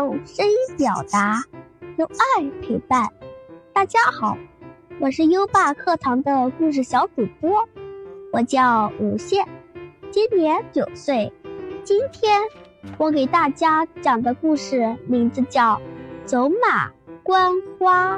用声音表达，用爱陪伴。大家好，我是优爸课堂的故事小主播，我叫吴宪，今年9岁。今天我给大家讲的故事名字叫走马观花。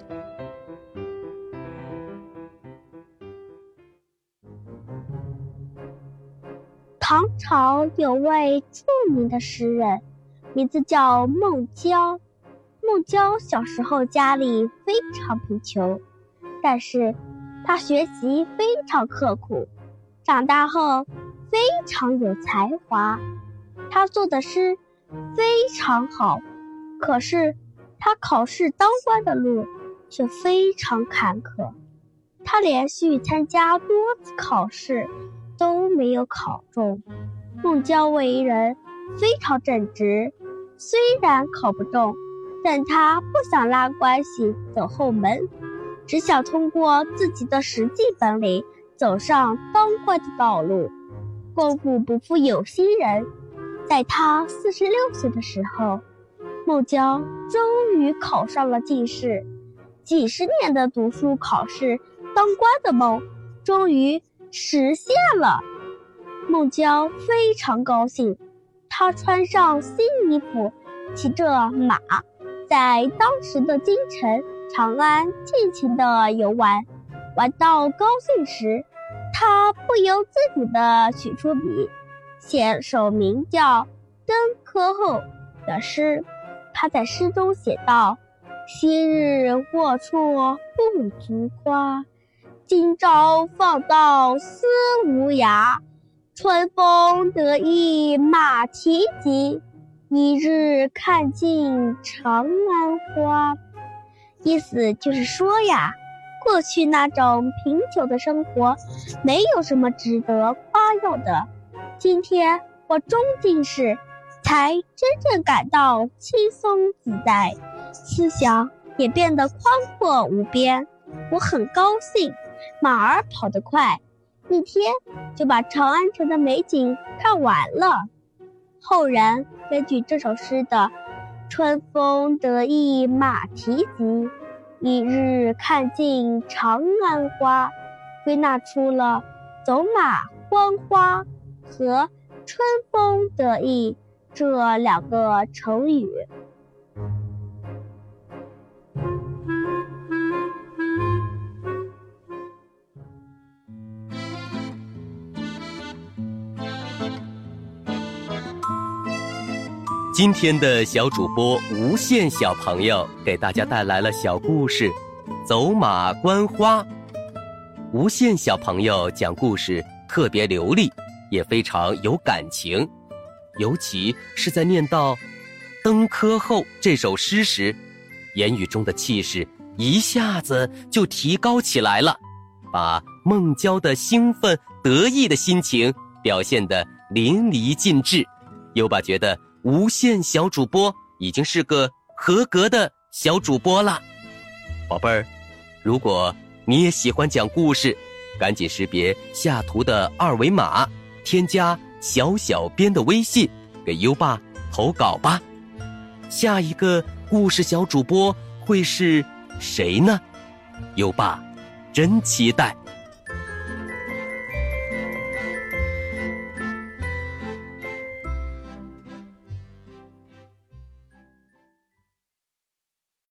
唐朝有位著名的诗人，名字叫孟郊。孟郊小时候家里非常贫穷，但是他学习非常刻苦，长大后非常有才华。他做的诗非常好，可是他考试当官的路却非常坎坷。他连续参加多次考试都没有考中。孟郊为人非常正直，虽然考不中，但他不想拉关系走后门，只想通过自己的实际本领走上当官的道路。功夫不负有心人，在他46岁的时候，孟郊终于考上了进士。几十年的读书考试当官的梦终于实现了。孟郊非常高兴，他穿上新衣服，骑着马，在当时的京城长安尽情地游玩。玩到高兴时，他不由自主地取出笔，写首名叫《登科后》的诗。他在诗中写道：昔日龌龊不足夸，今朝放道思无涯。春风得意马蹄疾，一日看尽长安花。意思就是说呀，过去那种贫穷的生活没有什么值得夸耀的，今天我中进士，才真正感到轻松自在，思想也变得宽阔无边。我很高兴，马儿跑得快，一天就把长安城的美景看完了。后人根据这首诗的春风得意马蹄疾，一日看尽长安花，归纳出了走马观花和春风得意这两个成语。 今天的小主播吴宪小朋友给大家带来了小故事走马观花。吴宪小朋友讲故事特别流利，也非常有感情，尤其是在念到登科后这首诗时，言语中的气势一下子就提高起来了，把孟郊的兴奋得意的心情表现得淋漓尽致。优爸觉得吴宪小主播已经是个合格的小主播了。宝贝儿，如果你也喜欢讲故事，赶紧识别下图的2维码，添加小小编的微信，给优爸投稿吧。下一个故事小主播会是谁呢？优爸真期待。